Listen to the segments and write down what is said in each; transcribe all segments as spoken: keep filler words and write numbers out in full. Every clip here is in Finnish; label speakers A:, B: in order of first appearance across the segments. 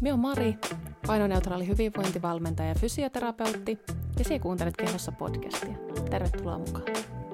A: Minä olen Mari, painoneutraali hyvinvointivalmentaja ja fysioterapeutti, ja sinä kuuntelet Kehossa podcastia. Tervetuloa mukaan.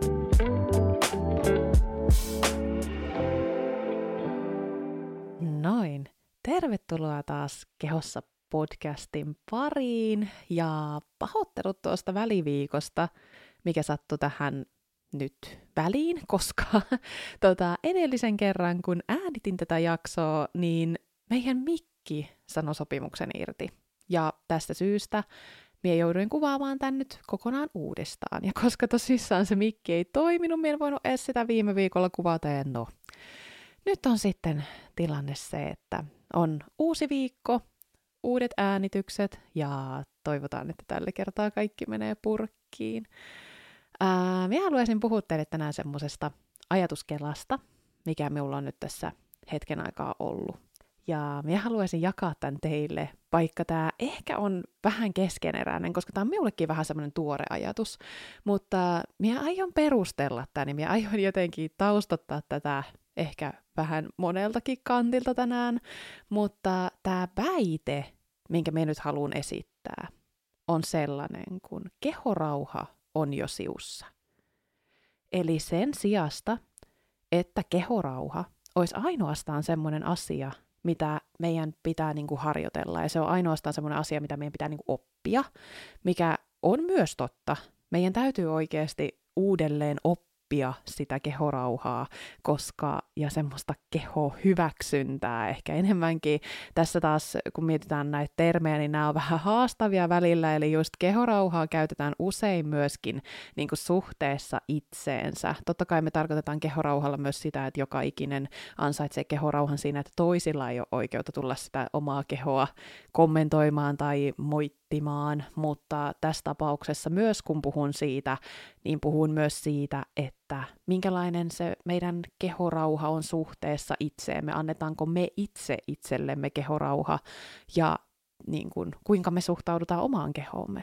A: Noin, tervetuloa taas Kehossa podcastin pariin, ja pahoittelut tuosta väliviikosta, mikä sattui tähän nyt väliin, koska tota, edellisen kerran, kun äänitin tätä jaksoa, niin meidän mikki sanoi sopimuksen irti. Ja tästä syystä minä jouduin kuvaamaan tän nyt kokonaan uudestaan. Ja koska tosissaan se mikki ei toiminut, minä en voinut edes sitä viime viikolla kuvata, ja no. Nyt on sitten tilanne se, että on uusi viikko, uudet äänitykset, ja toivotaan, että tällä kertaa kaikki menee purkkiin. Ää, minä haluaisin puhua teille tänään semmosesta ajatuskelasta, mikä minulla on nyt tässä hetken aikaa ollut. Ja minä haluaisin jakaa tämän teille, vaikka tämä ehkä on vähän keskeneräinen, koska tämä on minullekin vähän semmoinen tuore ajatus. Mutta minä aion perustella tämän, niin minä aion jotenkin taustottaa tätä ehkä vähän moneltakin kantilta tänään. Mutta tämä väite, minkä minä nyt haluan esittää, on sellainen, kun kehorauha on jo siussa. Eli sen sijasta, että kehorauha olisi ainoastaan semmoinen asia, mitä meidän pitää niinku harjoitella, ja se on ainoastaan semmoinen asia, mitä meidän pitää niinku oppia, mikä on myös totta. Meidän täytyy oikeasti uudelleen oppia sitä kehorauhaa, koska, ja semmoista kehohyväksyntää ehkä enemmänkin. Tässä taas, kun mietitään näitä termejä, niin nämä on vähän haastavia välillä, eli just kehorauhaa käytetään usein myöskin niin kuin suhteessa itseensä. Totta kai me tarkoitetaan kehorauhalla myös sitä, että joka ikinen ansaitsee kehorauhan siinä, että toisilla ei ole oikeutta tulla sitä omaa kehoa kommentoimaan tai moittimaan, mutta tässä tapauksessa myös kun puhun siitä, niin puhun myös siitä, että minkälainen se meidän kehorauha on suhteessa itseemme, annetaanko me itse itsellemme kehorauha ja niin kuin, kuinka me suhtaudutaan omaan kehoomme.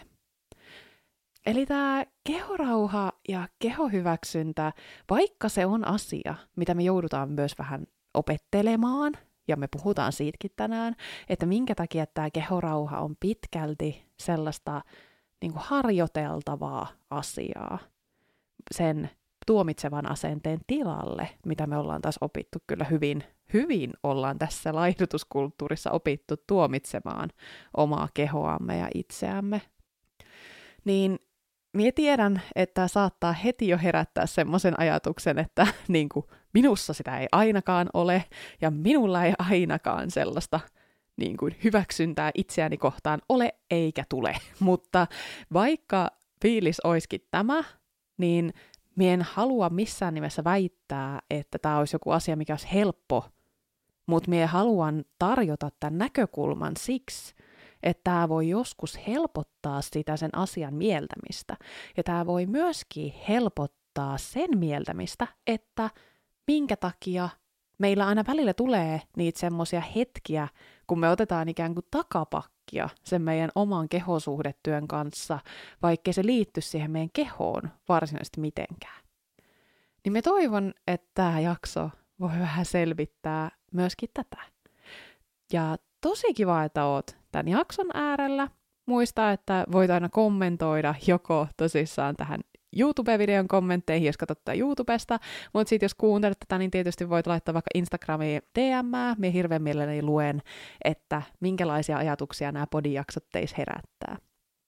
A: Eli tämä kehorauha ja kehohyväksyntä, vaikka se on asia, mitä me joudutaan myös vähän opettelemaan, ja me puhutaan siitäkin tänään, että minkä takia tämä kehorauha on pitkälti sellaista niin kuin harjoiteltavaa asiaa sen tuomitsevan asenteen tilalle, mitä me ollaan taas opittu kyllä hyvin, hyvin ollaan tässä laihdutuskulttuurissa opittu tuomitsemaan omaa kehoamme ja itseämme. Niin minä tiedän, että saattaa heti jo herättää semmoisen ajatuksen, että niin kuin, minussa sitä ei ainakaan ole, ja minulla ei ainakaan sellaista niin kuin, hyväksyntää itseäni kohtaan ole eikä tule. Mutta vaikka fiilis olisikin tämä, niin minä en halua missään nimessä väittää, että tämä olisi joku asia, mikä olisi helppo, mutta minä haluan tarjota tämän näkökulman siksi, että tämä voi joskus helpottaa sitä sen asian mieltämistä. Ja tämä voi myöskin helpottaa sen mieltämistä, että minkä takia meillä aina välillä tulee niitä semmoisia hetkiä, kun me otetaan ikään kuin takapakkia sen meidän oman kehosuhdetyön kanssa, vaikkei se liitty siihen meidän kehoon varsinaisesti mitenkään. Niin me toivon, että tämä jakso voi vähän selvittää myöskin tätä. Ja tosi kiva, että oot tämän jakson äärellä. Muista, että voit aina kommentoida joko tosissaan tähän YouTube-videon kommentteihin, jos katsot tätä YouTubesta, mutta sitten jos kuuntelet tätä, niin tietysti voit laittaa vaikka Instagramiin D M:ää. Minä hirveän mielelläni luen, että minkälaisia ajatuksia nämä podijaksot teis herättää.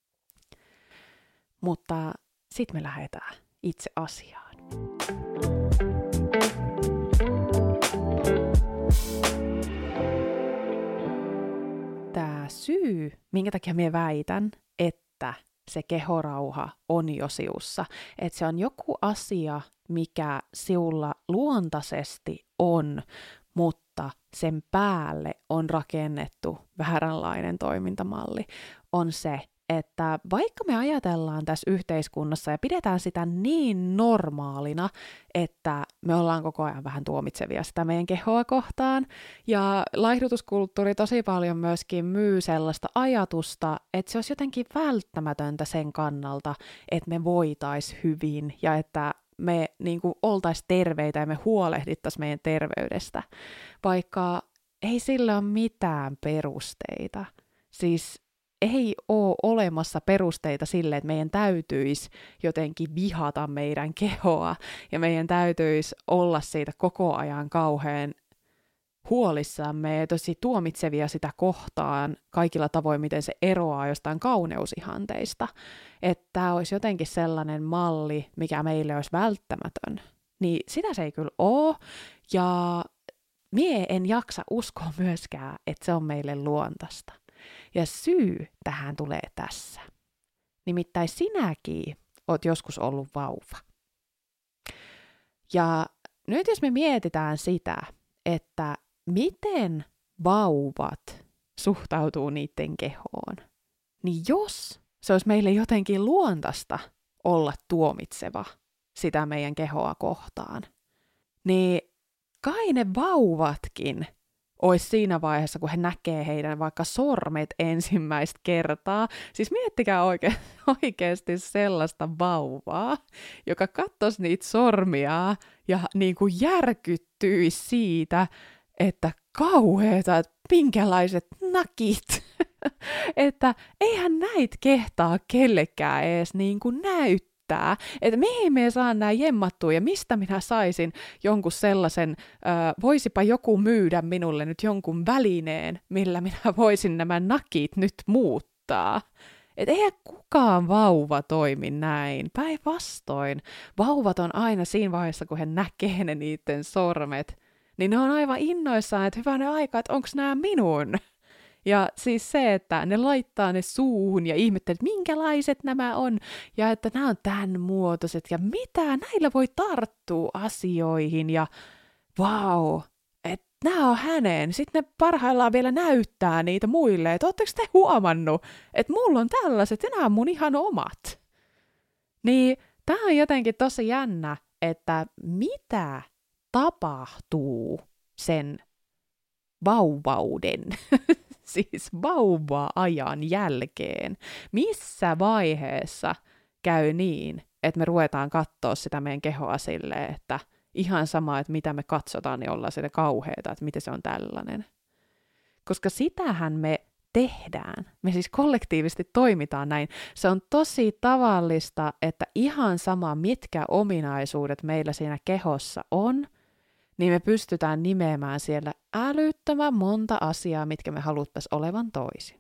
A: Mutta sitten me lähdetään itse asiaan. Tämä syy, minkä takia minä väitän, että se kehorauha on jo siussa. Että se on joku asia, mikä siulla luontaisesti on, mutta sen päälle on rakennettu vääränlainen toimintamalli, on se, että vaikka me ajatellaan tässä yhteiskunnassa ja pidetään sitä niin normaalina, että me ollaan koko ajan vähän tuomitsevia sitä meidän kehoa kohtaan, ja laihdutuskulttuuri tosi paljon myöskin myy sellaista ajatusta, että se olisi jotenkin välttämätöntä sen kannalta, että me voitais hyvin ja että me niin kuin oltaisiin terveitä ja me huolehdittaisiin meidän terveydestä, vaikka ei sillä ole mitään perusteita. Siis ei ole olemassa perusteita sille, että meidän täytyisi jotenkin vihata meidän kehoa ja meidän täytyisi olla siitä koko ajan kauhean huolissamme ja tosi tuomitsevia sitä kohtaan kaikilla tavoin, miten se eroaa jostain kauneusihanteista. Että tämä olisi jotenkin sellainen malli, mikä meille olisi välttämätön. Niin sitä se ei kyllä ole. Ja mie en jaksa uskoa myöskään, että se on meille luontaista. Ja syy tähän tulee tässä. Nimittäin sinäkin oot joskus ollut vauva. Ja nyt jos me mietitään sitä, että miten vauvat suhtautuu niiden kehoon, niin jos se olisi meille jotenkin luontaista olla tuomitseva sitä meidän kehoa kohtaan, niin kai ne vauvatkin olisi siinä vaiheessa, kun he näkee heidän vaikka sormet ensimmäistä kertaa. Siis miettikää oike- oikeasti sellaista vauvaa, joka katsoisi niitä sormia ja niin kuin järkyttyisi siitä, että kauheeta, että minkälaiset nakit, että eihän näitä kehtaa kellekään edes niin kuin näyttää, että mihin me saa nää jemmattua ja mistä minä saisin jonkun sellaisen, äh, voisipa joku myydä minulle nyt jonkun välineen, millä minä voisin nämä nakit nyt muuttaa. Että eihän kukaan vauva toimi näin. Päinvastoin. Vauvat on aina siinä vaiheessa, kun he näkee ne niiden sormet, niin ne on aivan innoissaan, että hyvänen aika, että onko nämä minun? Ja siis se, että ne laittaa ne suuhun ja ihmettelee, että minkälaiset nämä on, ja että nämä on tämän muotoiset, ja mitä, näillä voi tarttua asioihin, ja vau, wow, että nämä on hänen. Sitten ne parhaillaan vielä näyttää niitä muille, että ootteko te huomannut, että mulla on tällaiset, ja nämä on mun ihan omat. Niin tämä on jotenkin tosi jännä, että mitä tapahtuu sen vauvauden, siis vauva-ajan jälkeen. Missä vaiheessa käy niin, että me ruvetaan katsoa sitä meidän kehoa silleen, että ihan sama, että mitä me katsotaan, niin ollaan sitä kauheata, että miten se on tällainen. Koska sitähän me tehdään. Me siis kollektiivisesti toimitaan näin. Se on tosi tavallista, että ihan sama, mitkä ominaisuudet meillä siinä kehossa on, niin me pystytään nimeämään siellä älyttömän monta asiaa, mitkä me haluttaisiin olevan toisin.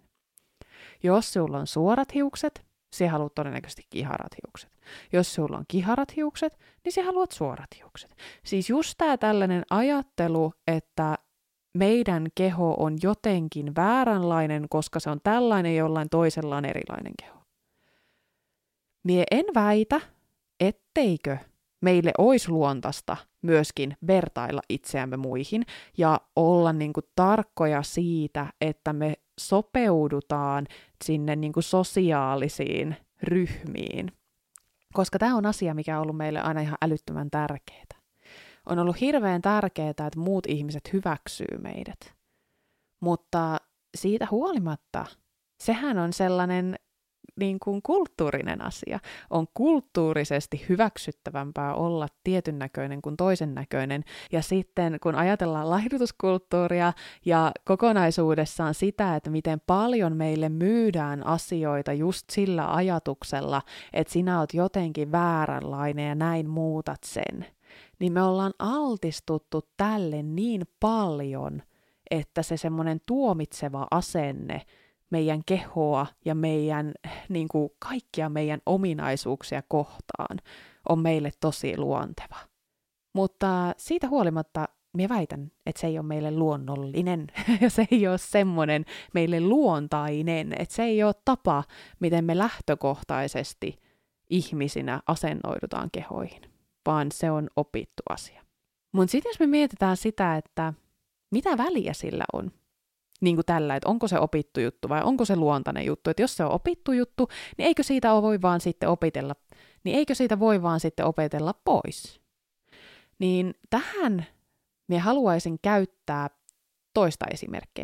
A: Jos sulla on suorat hiukset, sinä haluat todennäköisesti kiharat hiukset. Jos sulla on kiharat hiukset, niin sinä haluat suorat hiukset. Siis just tämä tällainen ajattelu, että meidän keho on jotenkin vääränlainen, koska se on tällainen, jollain toisella on erilainen keho. Mie en väitä, etteikö meille olisi luontaista myöskin vertailla itseämme muihin ja olla niin kuin tarkkoja siitä, että me sopeudutaan sinne niin kuin sosiaalisiin ryhmiin. Koska tämä on asia, mikä on ollut meille aina ihan älyttömän tärkeää. On ollut hirveän tärkeää, että muut ihmiset hyväksyy meidät. Mutta siitä huolimatta, sehän on sellainen niin kuin kulttuurinen asia. On kulttuurisesti hyväksyttävämpää olla tietyn näköinen kuin toisen näköinen. Ja sitten kun ajatellaan laihdutuskulttuuria ja kokonaisuudessaan sitä, että miten paljon meille myydään asioita just sillä ajatuksella, että sinä oot jotenkin vääränlainen ja näin muutat sen, niin me ollaan altistuttu tälle niin paljon, että se semmoinen tuomitseva asenne meidän kehoa ja meidän, niin kuin kaikkia meidän ominaisuuksia kohtaan on meille tosi luonteva. Mutta siitä huolimatta minä väitän, että se ei ole meille luonnollinen ja se ei ole semmoinen meille luontainen, että se ei ole tapa, miten me lähtökohtaisesti ihmisinä asennoidutaan kehoihin, vaan se on opittu asia. Mutta sitten jos me mietitään sitä, että mitä väliä sillä on, niin kuin tällä, että onko se opittu juttu vai onko se luontainen juttu, että jos se on opittu juttu, niin eikö siitä voi vaan sitten opetella, niin eikö siitä voi vaan sitten opetella pois. Niin tähän minä haluaisin käyttää toista esimerkkiä.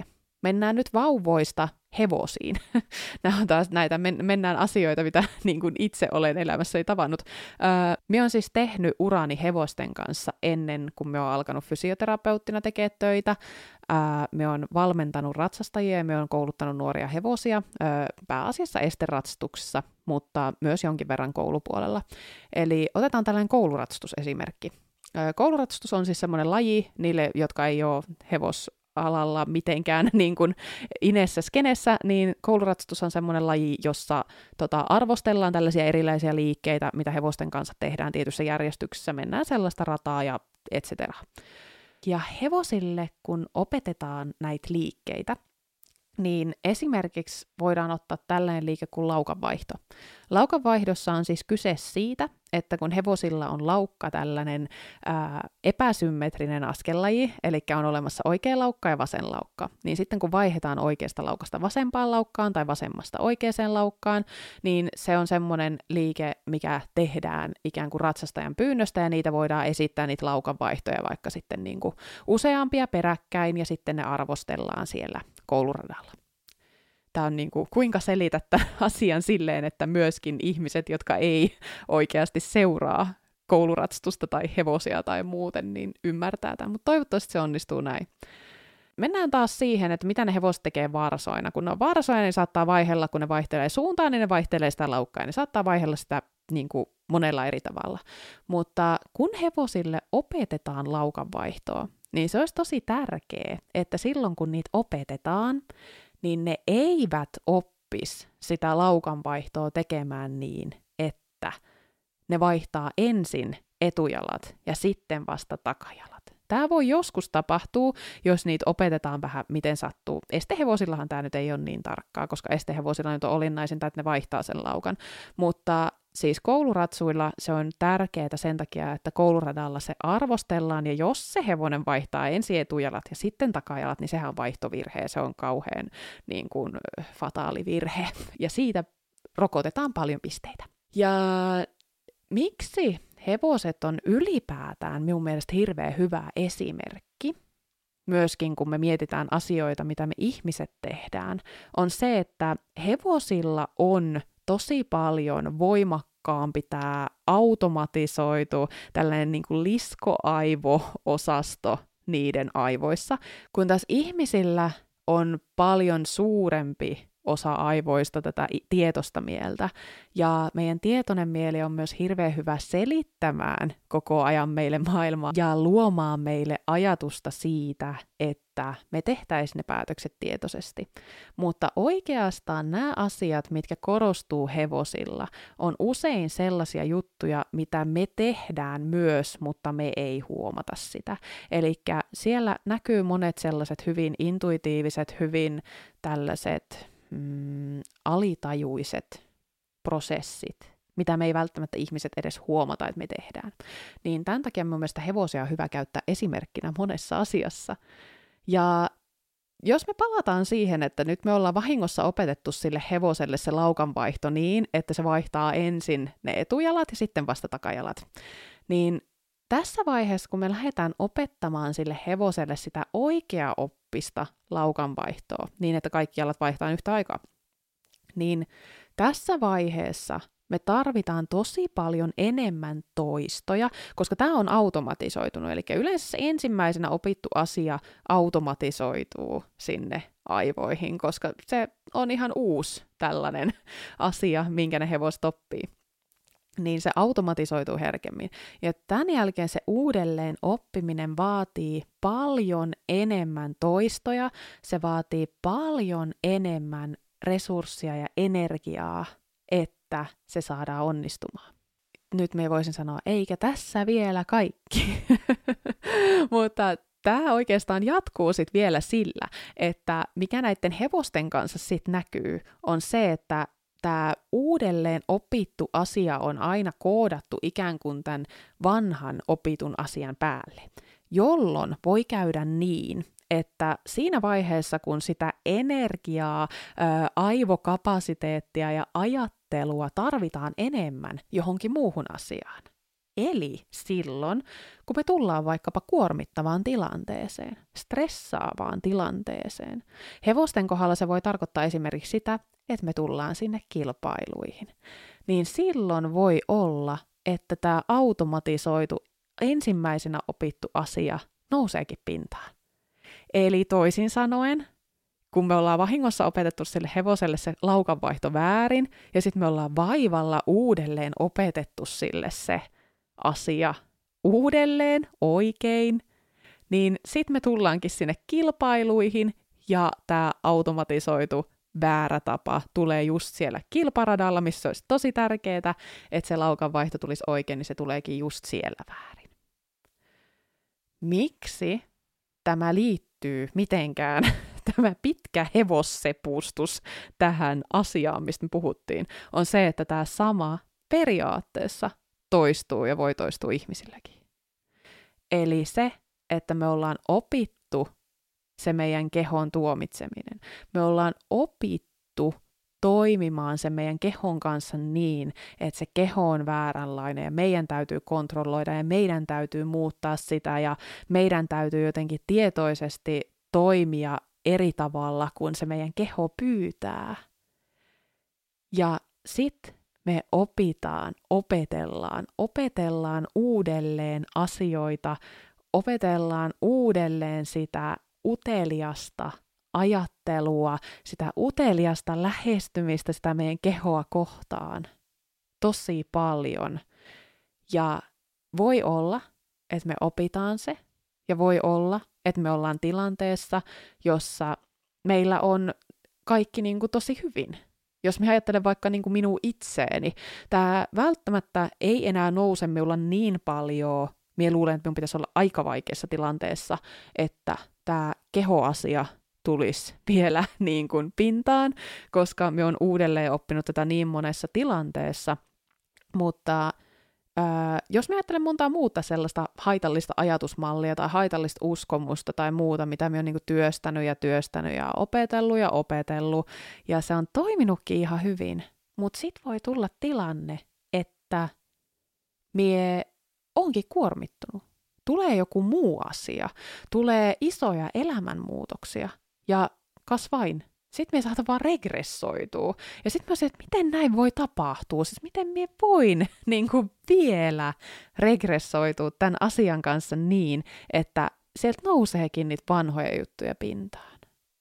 A: mennään nyt vauvoista hevosiin. Nämä on taas näitä, men- mennään asioita, mitä niin kuin itse olen elämässäni tavannut. Öö, minä olen siis tehnyt urani hevosten kanssa ennen kuin minä olen alkanut fysioterapeuttina tekemään töitä. Öö, minä olen valmentanut ratsastajia ja minä olen kouluttanut nuoria hevosia, öö, pääasiassa esteratsastuksessa, mutta myös jonkin verran koulupuolella. Eli otetaan tällainen kouluratsastusesimerkki. Öö, kouluratsastus on siis semmoinen laji niille, jotka ei ole hevos alalla mitenkään niin kuin inessä skenessä, niin kouluratsastus on semmoinen laji, jossa tota, arvostellaan tällaisia erilaisia liikkeitä, mitä hevosten kanssa tehdään tietyssä järjestyksessä, mennään sellaista rataa ja et cetera. Ja hevosille, kun opetetaan näitä liikkeitä, niin esimerkiksi voidaan ottaa tällainen liike kuin laukanvaihto. Laukanvaihdossa on siis kyse siitä, että kun hevosilla on laukka tällainen ää, epäsymmetrinen askellaji, eli on olemassa oikea laukka ja vasen laukka, niin sitten kun vaihdetaan oikeasta laukasta vasempaan laukkaan tai vasemmasta oikeaan laukkaan, niin se on semmoinen liike, mikä tehdään ikään kuin ratsastajan pyynnöstä, ja niitä voidaan esittää niitä laukanvaihtoja vaikka sitten niin kuin useampia peräkkäin, ja sitten ne arvostellaan siellä kouluradalla. Tämä on niin kuin, kuinka selität tämän asian silleen, että myöskin ihmiset, jotka ei oikeasti seuraa kouluratsastusta tai hevosia tai muuten, niin ymmärtää tämän, mutta toivottavasti se onnistuu näin. Mennään taas siihen, että mitä ne hevoset tekee varsoina. Kun ne on varsoina, niin saattaa vaihella, kun ne vaihtelee suuntaan, niin ne vaihtelee sitä laukkaa, ja ne saattaa vaihella sitä niin kuin monella eri tavalla. Mutta kun hevosille opetetaan laukanvaihtoa, niin se olisi tosi tärkeää, että silloin kun niitä opetetaan, niin ne eivät oppis sitä laukanvaihtoa tekemään niin, että ne vaihtaa ensin etujalat ja sitten vasta takajalat. Tämä voi joskus tapahtua, jos niitä opetetaan vähän miten sattuu. Estehevosillahan tämä nyt ei ole niin tarkkaa, koska estehevosilla nyt on olennaisinta, että ne vaihtaa sen laukan. Mutta siis kouluratsuilla se on tärkeää sen takia, että kouluradalla se arvostellaan, ja jos se hevonen vaihtaa ensin etujalat ja sitten takajalat, niin sehän on vaihtovirhe, se on kauhean niin kuin, fataali virhe, ja siitä rokotetaan paljon pisteitä. Ja miksi hevoset on ylipäätään minun mielestä hirveän hyvä esimerkki, myöskin kun me mietitään asioita, mitä me ihmiset tehdään, on se, että hevosilla on tosi paljon voimakkaampi tämä automatisoitu, tällainen niin kuin liskoaivo-osasto niiden aivoissa, kun taas ihmisillä on paljon suurempi osa aivoista tätä tietoista mieltä, ja meidän tietoinen mieli on myös hirveän hyvä selittämään koko ajan meille maailmaa ja luomaan meille ajatusta siitä, että me tehtäisiin ne päätökset tietoisesti. Mutta oikeastaan nämä asiat, mitkä korostuu hevosilla, on usein sellaisia juttuja, mitä me tehdään myös, mutta me ei huomata sitä. Eli siellä näkyy monet sellaiset hyvin intuitiiviset, hyvin tällaiset Mm, alitajuiset prosessit, mitä me ei välttämättä ihmiset edes huomata, että me tehdään. Niin tämän takia mun mielestä hevosia on hyvä käyttää esimerkkinä monessa asiassa. Ja jos me palataan siihen, että nyt me ollaan vahingossa opetettu sille hevoselle se laukanvaihto niin, että se vaihtaa ensin ne etujalat ja sitten vasta takajalat, niin tässä vaiheessa, kun me lähdetään opettamaan sille hevoselle sitä oikeaa oppista laukanvaihtoa, niin että kaikki jalat vaihtaa yhtä aikaa, niin tässä vaiheessa me tarvitaan tosi paljon enemmän toistoja, koska tämä on automatisoitunut. Eli yleensä se ensimmäisenä opittu asia automatisoituu sinne aivoihin, koska se on ihan uusi tällainen asia, minkä ne hevoset oppii. Niin se automatisoituu herkemmin. Ja tämän jälkeen se uudelleen oppiminen vaatii paljon enemmän toistoja, se vaatii paljon enemmän resurssia ja energiaa, että se saadaan onnistumaan. Nyt me voisin sanoa, eikä tässä vielä kaikki. Mutta tämä oikeastaan jatkuu sitten vielä sillä, että mikä näiden hevosten kanssa sitten näkyy, on se, että tämä uudelleen opittu asia on aina koodattu ikään kuin tämän vanhan opitun asian päälle, jolloin voi käydä niin, että siinä vaiheessa, kun sitä energiaa, ää, aivokapasiteettia ja ajattelua tarvitaan enemmän johonkin muuhun asiaan, Eli silloin, kun me tullaan vaikkapa kuormittavaan tilanteeseen, stressaavaan tilanteeseen. Hevosten kohdalla se voi tarkoittaa esimerkiksi sitä, että me tullaan sinne kilpailuihin. Niin silloin voi olla, että tämä automatisoitu, ensimmäisenä opittu asia nouseekin pintaan. Eli toisin sanoen, kun me ollaan vahingossa opetettu sille hevoselle se laukanvaihto väärin, ja sitten me ollaan vaivalla uudelleen opetettu sille se asia uudelleen, oikein, niin sitten me tullaankin sinne kilpailuihin, ja tämä automatisoitu väärä tapa tulee just siellä kilparadalla, missä olisi tosi tärkeää, että se laukanvaihto tulisi oikein, niin se tuleekin just siellä väärin. Miksi tämä liittyy mitenkään, tämä pitkä hevossepustus tähän asiaan, mistä me puhuttiin, on se, että tämä sama periaatteessa toistuu ja voi toistua ihmisilläkin. Eli se, että me ollaan opittu se meidän kehon tuomitseminen. Me ollaan opittu toimimaan sen meidän kehon kanssa niin, että se keho on vääränlainen ja meidän täytyy kontrolloida ja meidän täytyy muuttaa sitä ja meidän täytyy jotenkin tietoisesti toimia eri tavalla, kun se meidän keho pyytää. Ja sitten me opitaan, opetellaan, opetellaan uudelleen asioita, opetellaan uudelleen sitä uteliasta ajattelua, sitä uteliasta lähestymistä sitä meidän kehoa kohtaan tosi paljon. Ja voi olla, että me opitaan se, ja voi olla, että me ollaan tilanteessa, jossa meillä on kaikki niin kuin tosi hyvin. Jos me ajattelen vaikka niin kuin minun itseeni, tämä välttämättä ei enää nouse minulla niin paljon. Minä luulen, että minun pitäisi olla aika vaikeassa tilanteessa, että tämä kehoasia tulisi vielä niin kuin pintaan, koska minä olen uudelleen oppinut tätä niin monessa tilanteessa. Mutta ää, jos minä ajattelen montaa muuta sellaista haitallista ajatusmallia tai haitallista uskomusta tai muuta, mitä minä olen niin kuin työstänyt ja työstänyt ja opetellut ja opetellut, ja se on toiminutkin ihan hyvin, mutta sitten voi tulla tilanne, että minä onkin kuormittunut. Tulee joku muu asia, tulee isoja elämänmuutoksia, ja kas vain, sitten me saatan vaan regressoitua. Ja sitten mä sanoin, että miten näin voi tapahtua, siis miten minä voin niin kuin vielä regressoitua tämän asian kanssa niin, että sieltä nouseekin niitä vanhoja juttuja pintaan.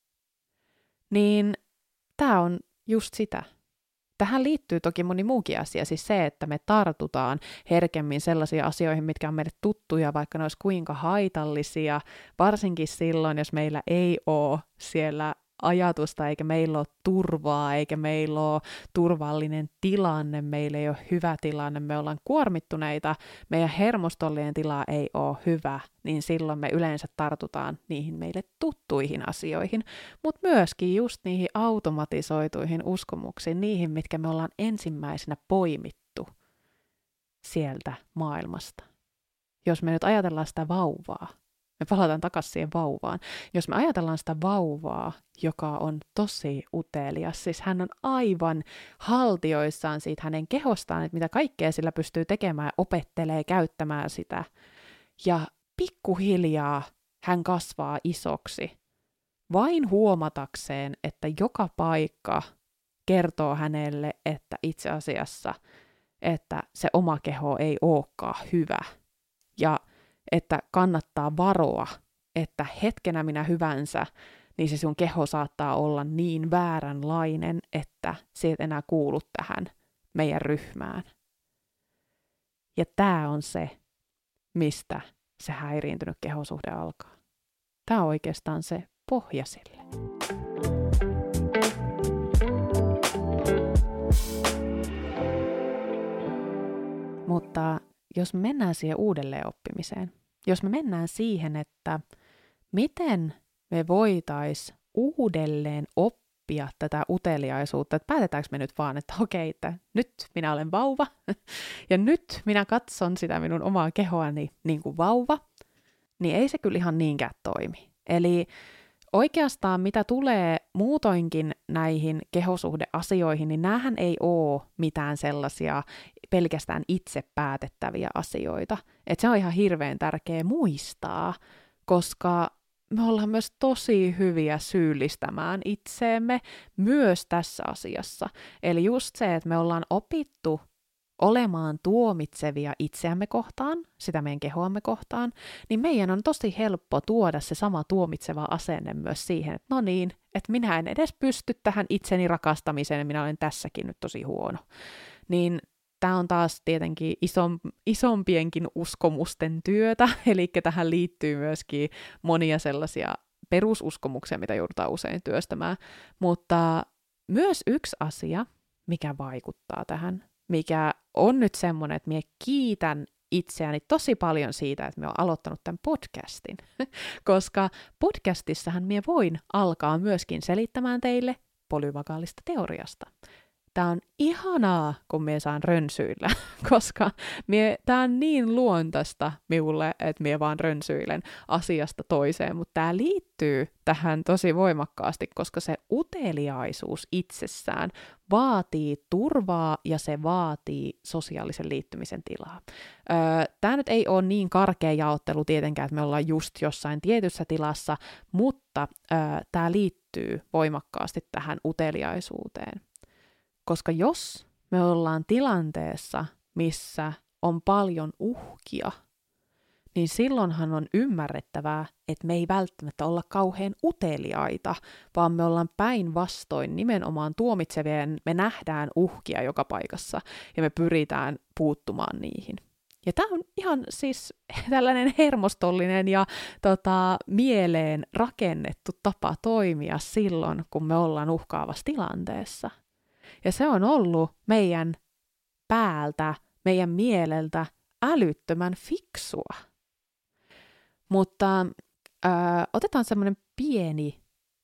A: Niin tämä on just sitä. Tähän liittyy toki moni muukin asia, siis se, että me tartutaan herkemmin sellaisiin asioihin, mitkä on meille tuttuja, vaikka ne olisi kuinka haitallisia, varsinkin silloin, jos meillä ei ole siellä ajatusta, eikä meillä ole turvaa, eikä meillä ole turvallinen tilanne, meillä ei ole hyvä tilanne, me ollaan kuormittuneita, meidän hermostollinen tila ei ole hyvä, niin silloin me yleensä tartutaan niihin meille tuttuihin asioihin, mutta myöskin just niihin automatisoituihin uskomuksiin, niihin, mitkä me ollaan ensimmäisenä poimittu sieltä maailmasta. Jos me nyt ajatellaan sitä vauvaa, me palataan takaisin siihen vauvaan. Jos me ajatellaan sitä vauvaa, joka on tosi utelias, siis hän on aivan haltioissaan siitä hänen kehostaan, että mitä kaikkea sillä pystyy tekemään, opettelee käyttämään sitä. Ja pikkuhiljaa hän kasvaa isoksi, vain huomatakseen, että joka paikka kertoo hänelle, että itse asiassa, että se oma keho ei olekaan hyvä. Ja että kannattaa varoa, että hetkenä minä hyvänsä, niin se sun keho saattaa olla niin vääränlainen, että se et enää kuulu tähän meidän ryhmään. Ja tämä on se, mistä se häiriintynyt kehosuhde alkaa. Tämä on oikeastaan se pohja sille. Mutta jos me mennään siihen uudelleen oppimiseen, jos me mennään siihen, että miten me voitaisiin uudelleen oppia tätä uteliaisuutta, että päätetäänkö me nyt vaan, että okei, että nyt minä olen vauva, ja nyt minä katson sitä minun omaa kehoani niin kuin vauva, niin ei se kyllä ihan niinkään toimi. Eli oikeastaan mitä tulee muutoinkin näihin kehosuhdeasioihin, niin näähän ei ole mitään sellaisia pelkästään itse päätettäviä asioita. Et se on ihan hirveän tärkeä muistaa, koska me ollaan myös tosi hyviä syyllistämään itseemme myös tässä asiassa. Eli just se, että me ollaan opittu olemaan tuomitsevia itseämme kohtaan, sitä meidän kehoamme kohtaan, niin meidän on tosi helppo tuoda se sama tuomitseva asenne myös siihen, että no niin, että minä en edes pysty tähän itseni rakastamiseen, ja minä olen tässäkin nyt tosi huono. Niin tämä on taas tietenkin isom, isompienkin uskomusten työtä, eli tähän liittyy myöskin monia sellaisia perususkomuksia, mitä joudutaan usein työstämään, mutta myös yksi asia, mikä vaikuttaa tähän, mikä on nyt semmoinen, että minä kiitän itseäni tosi paljon siitä, että minä olen aloittanut tämän podcastin, koska podcastissahan minä voin alkaa myöskin selittämään teille polyvagaalista teoriasta. Tämä on ihanaa, kun minä saan rönsyillä, koska tämä on niin luontaista minulle, että minä vaan rönsyilen asiasta toiseen, mutta tämä liittyy tähän tosi voimakkaasti, koska se uteliaisuus itsessään vaatii turvaa ja se vaatii sosiaalisen liittymisen tilaa. Öö, tämä nyt ei ole niin karkea jaottelu tietenkään, että me ollaan just jossain tietyssä tilassa, mutta öö, tämä liittyy voimakkaasti tähän uteliaisuuteen. Koska jos me ollaan tilanteessa, missä on paljon uhkia, niin silloinhan on ymmärrettävää, että me ei välttämättä olla kauhean uteliaita, vaan me ollaan päinvastoin nimenomaan tuomitsevia ja me nähdään uhkia joka paikassa ja me pyritään puuttumaan niihin. Ja tämä on ihan siis tällainen hermostollinen ja tota, mieleen rakennettu tapa toimia silloin, kun me ollaan uhkaavassa tilanteessa. Ja se on ollut meidän päältä, meidän mieleltä älyttömän fiksua. Mutta ö, otetaan semmoinen pieni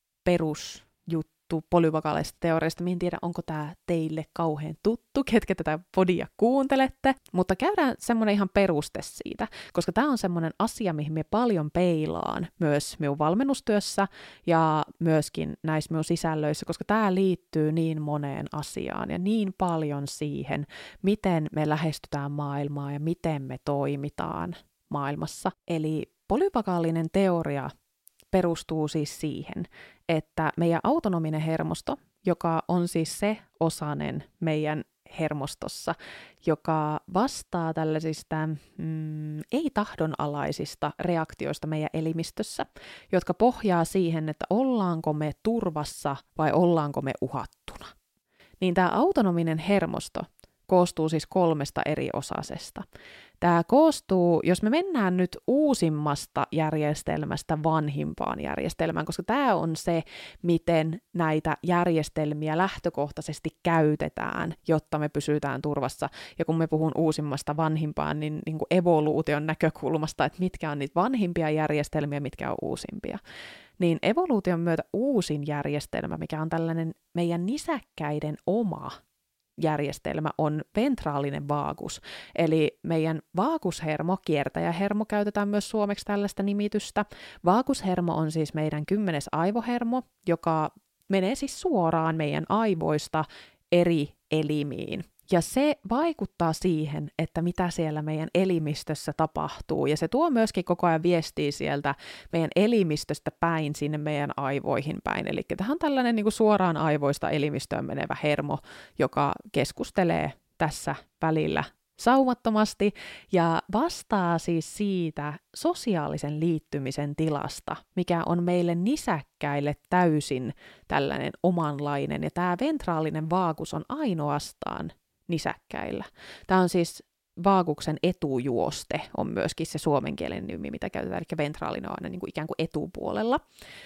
A: perusjuttu polyvagaalisesta teoriasta. Minä en tiedä, onko tämä teille kauhean tuttu, ketkä tätä podia kuuntelette, mutta käydään semmoinen ihan peruste siitä, koska tämä on semmoinen asia, mihin me paljon peilaan myös minun valmennustyössä ja myöskin näissä minun sisällöissä, koska tämä liittyy niin moneen asiaan ja niin paljon siihen, miten me lähestytään maailmaa ja miten me toimitaan maailmassa. Eli polyvagaalinen teoria perustuu siis siihen, että meidän autonominen hermosto, joka on siis se osanen meidän hermostossa, joka vastaa tällaisista mm, ei-tahdonalaisista reaktioista meidän elimistössä, jotka pohjaa siihen, että ollaanko me turvassa vai ollaanko me uhattuna. Niin tämä autonominen hermosto koostuu siis kolmesta eri osasesta. Tämä koostuu, jos me mennään nyt uusimmasta järjestelmästä vanhimpaan järjestelmään, koska tämä on se, miten näitä järjestelmiä lähtökohtaisesti käytetään, jotta me pysytään turvassa. Ja kun me puhun uusimmasta vanhimpaan, niin, niin kuin evoluution näkökulmasta, että mitkä on niitä vanhimpia järjestelmiä, mitkä on uusimpia. Niin evoluution myötä uusin järjestelmä, mikä on tällainen meidän nisäkkäiden oma järjestelmä, on ventraalinen vaakus. Eli meidän vaakushermo, kiertäjähermo, käytetään myös suomeksi tällaista nimitystä. Vaakushermo on siis meidän kymmenes aivohermo, joka menee siis suoraan meidän aivoista eri elimiin. Ja se vaikuttaa siihen, että mitä siellä meidän elimistössä tapahtuu. Ja se tuo myöskin koko ajan viestiä sieltä meidän elimistöstä päin sinne meidän aivoihin päin. Eli tämä on tällainen niin kuin suoraan aivoista elimistöön menevä hermo, joka keskustelee tässä välillä saumattomasti ja vastaa siis siitä sosiaalisen liittymisen tilasta, mikä on meille nisäkkäille täysin tällainen omanlainen. Ja tämä ventraalinen vaakus on ainoastaan nisäkkäillä. Tämä on siis vaakuksen etujuoste, on myöskin se suomenkielinen nimi, mitä käytetään, eli ventraalinen on aina niin kuin ikään kuin etupuolella.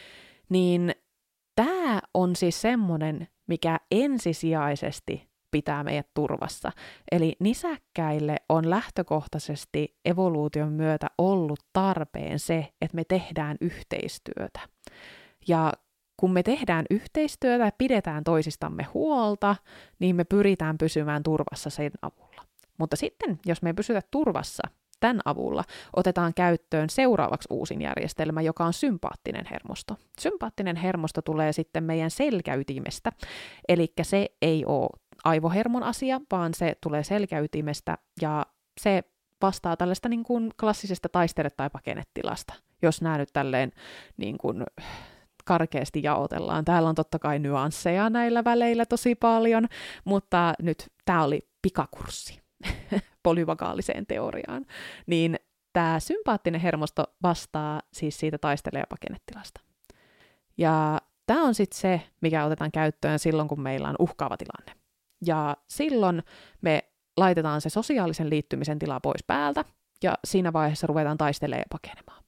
A: Niin tämä on siis semmoinen, mikä ensisijaisesti pitää meidät turvassa. Eli nisäkkäille on lähtökohtaisesti evoluution myötä ollut tarpeen se, että me tehdään yhteistyötä. Ja kun me tehdään yhteistyötä ja pidetään toisistamme huolta, niin me pyritään pysymään turvassa sen avulla. Mutta sitten, jos me ei pysytä turvassa, tämän avulla otetaan käyttöön seuraavaksi uusin järjestelmä, joka on sympaattinen hermosto. Sympaattinen hermosto tulee sitten meidän selkäytimestä, eli se ei ole aivohermon asia, vaan se tulee selkäytimestä ja se vastaa tällaista niin kuin klassisesta taistele- tai pakenetilasta, jos nämä nyt tälleen niin kuin karkeasti jaotellaan. Täällä on totta kai nyansseja näillä väleillä tosi paljon, mutta nyt tämä oli pikakurssi polyvagaaliseen teoriaan. Niin tämä sympaattinen hermosto vastaa siis siitä taistele- ja pakenetilasta. Ja tämä on sitten se, mikä otetaan käyttöön silloin, kun meillä on uhkaava tilanne. Ja silloin me laitetaan se sosiaalisen liittymisen tila pois päältä, ja siinä vaiheessa ruvetaan taistelemaan ja pakenemaan.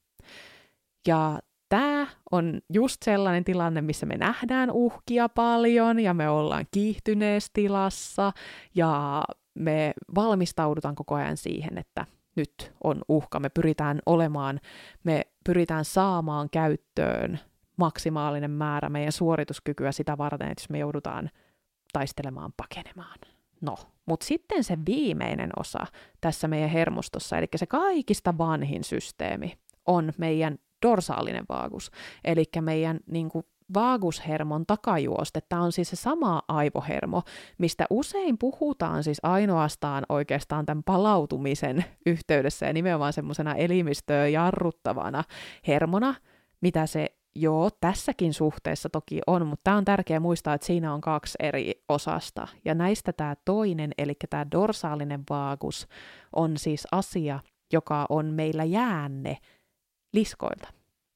A: Ja tämä on just sellainen tilanne, missä me nähdään uhkia paljon, ja me ollaan kiihtyneessä tilassa, ja me valmistaudutaan koko ajan siihen, että nyt on uhka, me pyritään olemaan, me pyritään saamaan käyttöön maksimaalinen määrä meidän suorituskykyä sitä varten, että jos me joudutaan taistelemaan, pakenemaan. No, mutta sitten se viimeinen osa tässä meidän hermostossa, eli se kaikista vanhin systeemi, on meidän dorsaalinen vaagus, eli meidän niin kuin, vaagushermon takajuoste. Tämä on siis se sama aivohermo, mistä usein puhutaan siis ainoastaan oikeastaan tämän palautumisen yhteydessä ja nimenomaan semmoisena elimistöä jarruttavana hermona, mitä se joo, tässäkin suhteessa toki on, mutta tämä on tärkeää muistaa, että siinä on kaksi eri osasta. Ja näistä tämä toinen, eli tämä dorsaalinen vaagus, on siis asia, joka on meillä jäänne liskoilta.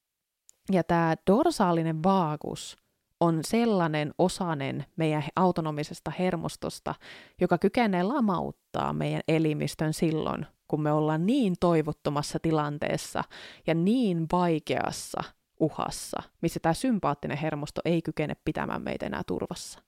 A: Ja tämä dorsaalinen vaagus on sellainen osanen meidän autonomisesta hermostosta, joka kykenee lamauttaa meidän elimistön silloin, kun me ollaan niin toivottomassa tilanteessa ja niin vaikeassa uhassa, missä tämä sympaattinen hermosto ei kykene pitämään meitä enää turvassa.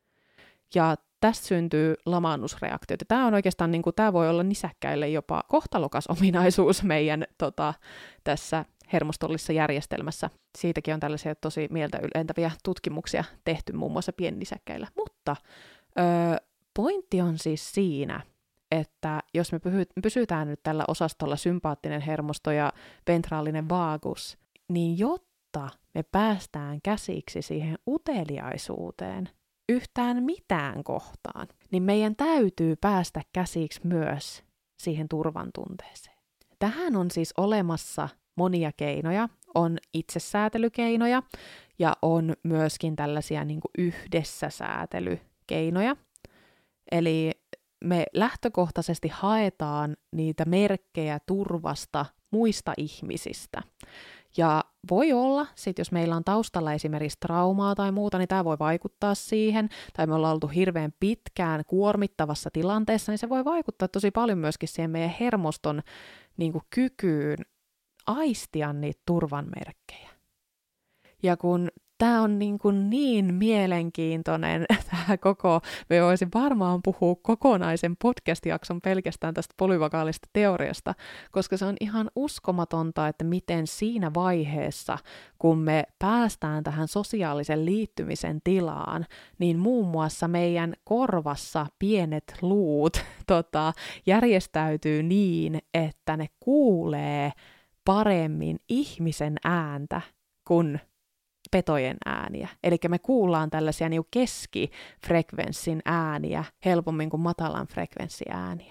A: Ja tästä syntyy lamaannusreaktioita. Tämä on oikeastaan, niin kuin, tämä voi olla nisäkkäille jopa kohtalokas ominaisuus meidän tota, tässä hermostollisessa järjestelmässä. Siitäkin on tällaisia tosi mieltä ylentäviä tutkimuksia tehty muun muassa piennisäkkäillä. Mutta öö, pointti on siis siinä, että jos me pysytään nyt tällä osastolla sympaattinen hermosto ja ventraalinen vaagus, niin jotta me päästään käsiksi siihen uteliaisuuteen yhtään mitään kohtaan, niin meidän täytyy päästä käsiksi myös siihen turvan tunteeseen. Tähän on siis olemassa monia keinoja. On itsesäätelykeinoja ja on myöskin tällaisia niin kuin yhdessä säätelykeinoja. Eli me lähtökohtaisesti haetaan niitä merkkejä turvasta muista ihmisistä. Ja voi olla, sit jos meillä on taustalla esimerkiksi traumaa tai muuta, niin tämä voi vaikuttaa siihen, tai me ollaan oltu hirveän pitkään kuormittavassa tilanteessa, niin se voi vaikuttaa tosi paljon myöskin siihen meidän hermoston niin kuin, kykyyn aistia niitä turvan merkkejä. Ja kun tämä on niin, kuin niin mielenkiintoinen, tämä koko, me voisin varmaan puhua kokonaisen podcast-jakson pelkästään tästä polyvagaalista teoriasta, koska se on ihan uskomatonta, että miten siinä vaiheessa, kun me päästään tähän sosiaalisen liittymisen tilaan, niin muun muassa meidän korvassa pienet luut tota, järjestäytyy niin, että ne kuulee paremmin ihmisen ääntä kuin petojen ääniä. Eli me kuullaan tällaisia niin keskifrekvenssin ääniä helpommin kuin matalan frekvenssin ääniä.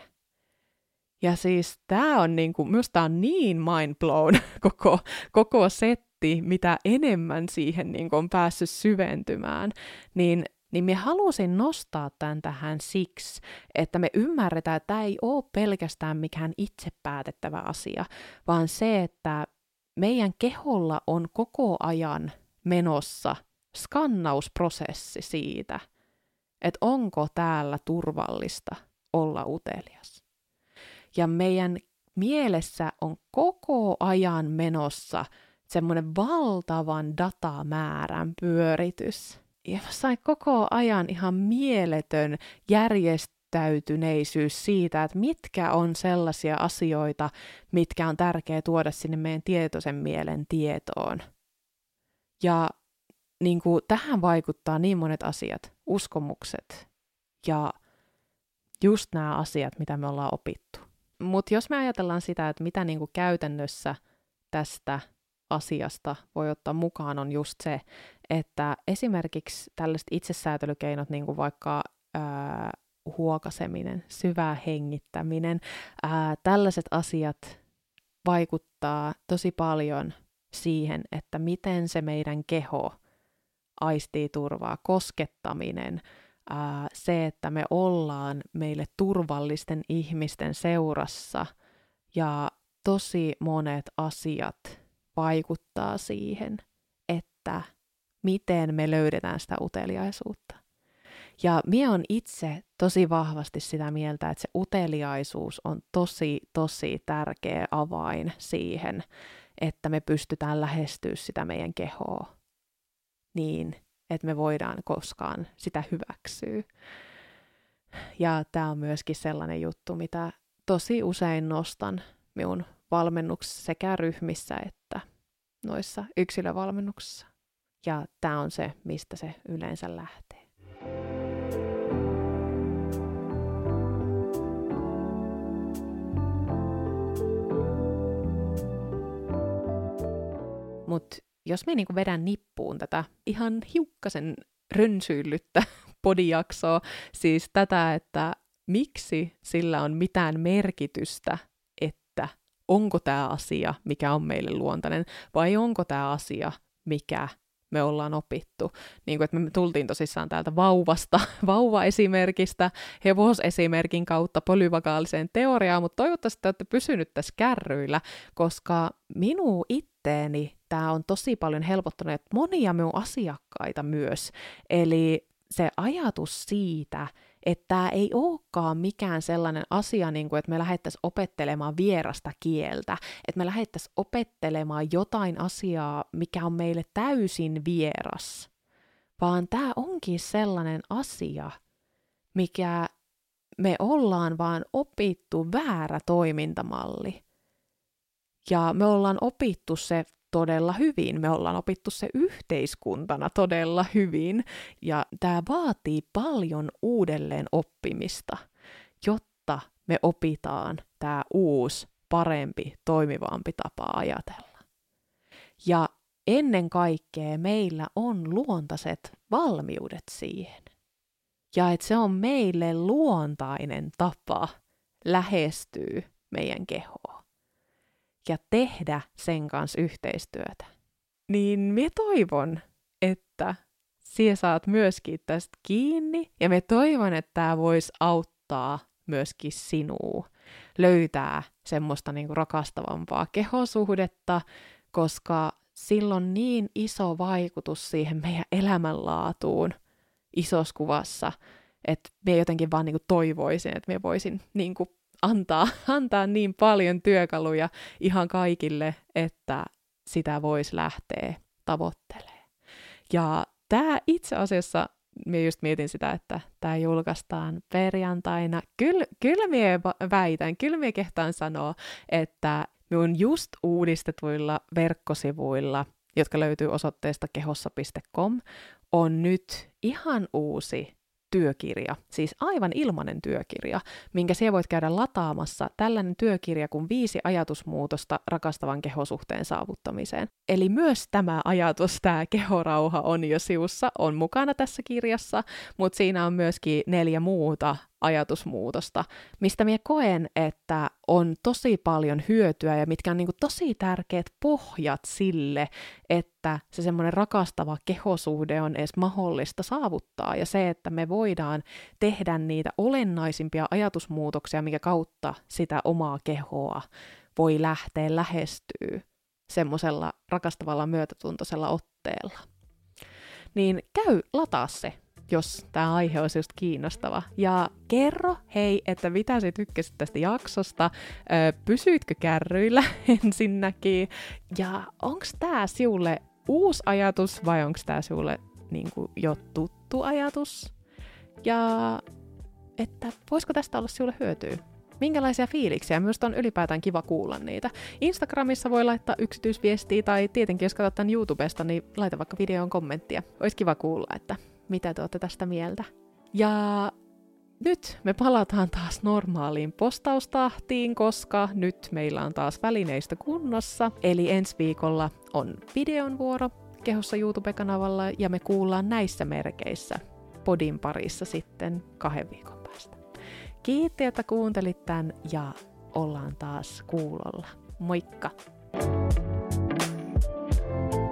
A: Ja siis tämä on niin kuin, minusta on niin mind blown koko, koko setti, mitä enemmän siihen niin kuin on päässyt syventymään, niin niin minä halusin nostaa tämän tähän siksi, että me ymmärretään, että tämä ei ole pelkästään mikään itse päätettävä asia, vaan se, että meidän keholla on koko ajan menossa skannausprosessi siitä, että onko täällä turvallista olla utelias. Ja meidän mielessä on koko ajan menossa semmoinen valtavan datamäärän pyöritys. Ja sai koko ajan ihan mieletön järjestäytyneisyys siitä, että mitkä on sellaisia asioita, mitkä on tärkeää tuoda sinne meidän tietoisen mielen tietoon. Ja niin kuin, tähän vaikuttaa niin monet asiat, uskomukset ja just nämä asiat, mitä me ollaan opittu. Mutta jos me ajatellaan sitä, että mitä niinku käytännössä tästä asiasta voi ottaa mukaan, on just se, että esimerkiksi tällaiset itsesäätelykeinot, niin kuin vaikka ää, huokaseminen, syvä hengittäminen, ää, tällaiset asiat vaikuttaa tosi paljon siihen, että miten se meidän keho aistii turvaa, koskettaminen, ää, se, että me ollaan meille turvallisten ihmisten seurassa ja tosi monet asiat vaikuttaa siihen, että miten me löydetään sitä uteliaisuutta. Ja minä on itse tosi vahvasti sitä mieltä, että se uteliaisuus on tosi, tosi tärkeä avain siihen, että me pystytään lähestyä sitä meidän kehoa niin, että me voidaan koskaan sitä hyväksyä. Ja tämä on myöskin sellainen juttu, mitä tosi usein nostan minun valmennuksessa sekä ryhmissä että noissa yksilövalmennuksissa. Ja tämä on se, mistä se yleensä lähtee. Mutta jos me niinku vedän nippuun tätä ihan hiukkasen rönsyillyttä podijaksoa, siis tätä, että miksi sillä on mitään merkitystä, että onko tämä asia, mikä on meille luontainen, vai onko tämä asia, mikä me ollaan opittu. Niin kuin, että me tultiin tosissaan täältä vauvasta, vauva-esimerkistä, hevosesimerkin kautta polyvagaaliseen teoriaan, mutta toivottavasti te olette pysynyt tässä kärryillä, koska minun itteeni tämä on tosi paljon helpottanut monia minun asiakkaita myös. Eli se ajatus siitä, että tämä ei olekaan mikään sellainen asia, niin kuin, että me lähdettäisiin opettelemaan vierasta kieltä, että me lähdettäisiin opettelemaan jotain asiaa, mikä on meille täysin vieras, vaan tämä onkin sellainen asia, mikä me ollaan vaan opittu väärä toimintamalli. Ja me ollaan opittu se todella hyvin, me ollaan opittu se yhteiskuntana todella hyvin, ja tämä vaatii paljon uudelleen oppimista, jotta me opitaan tämä uusi, parempi, toimivampi tapa ajatella. Ja ennen kaikkea meillä on luontaiset valmiudet siihen. Ja että se on meille luontainen tapa lähestyä meidän kehoa ja tehdä sen kanssa yhteistyötä. Niin minä toivon, että sinä saat myöskin tästä kiinni, ja minä toivon, että tämä voisi auttaa myöskin sinua löytää semmoista niinku rakastavampaa kehosuhdetta, koska sillä on niin iso vaikutus siihen meidän elämänlaatuun isossa kuvassa, että minä jotenkin vaan niinku toivoisin, että minä voisin niinku antaa, antaa niin paljon työkaluja ihan kaikille, että sitä voisi lähteä tavoittelemaan. Ja tämä itse asiassa, minä just mietin sitä, että tämä julkaistaan perjantaina. Kyllä, kyllä minä väitän, kyllä minä kehtaan sanoa, että minun just uudistetuilla verkkosivuilla, jotka löytyy osoitteesta kehossa piste com, on nyt ihan uusi työkirja, siis aivan ilmainen työkirja, minkä siellä voit käydä lataamassa, tällainen työkirja kuin viisi ajatusmuutosta rakastavan kehosuhteen saavuttamiseen. Eli myös tämä ajatus, tämä kehorauha on jo sivussa, on mukana tässä kirjassa, mutta siinä on myöskin neljä muuta ajatusmuutosta, mistä minä koen, että on tosi paljon hyötyä ja mitkä on niinku tosi tärkeät pohjat sille, että se semmoinen rakastava kehosuhde on edes mahdollista saavuttaa, ja se, että me voidaan tehdä niitä olennaisimpia ajatusmuutoksia, mikä kautta sitä omaa kehoa voi lähteä lähestyä semmoisella rakastavalla myötätuntoisella otteella. Niin käy lataa se, jos tämä aihe olisi just kiinnostava. Ja kerro, hei, että mitä sä tykkäsit tästä jaksosta, öö, pysyitkö kärryillä ensinnäkin, ja onko tämä sinulle uusi ajatus, vai onko tämä sinulle niinku jo tuttu ajatus? Ja että voisiko tästä olla sinulle hyötyä? Minkälaisia fiiliksiä? Myös on ylipäätään kiva kuulla niitä. Instagramissa voi laittaa yksityisviestiä, tai tietenkin jos katsot tämän YouTubesta, niin laita vaikka videoon kommenttia. Olisi kiva kuulla, että mitä te olette tästä mieltä. Ja nyt me palataan taas normaaliin postaustahtiin, koska nyt meillä on taas välineistö kunnossa. Eli ensi viikolla on videon vuoro Kehossa YouTube-kanavalla ja me kuullaan näissä merkeissä podin parissa sitten kahden viikon päästä. Kiitti, että kuuntelit tän ja ollaan taas kuulolla. Moikka!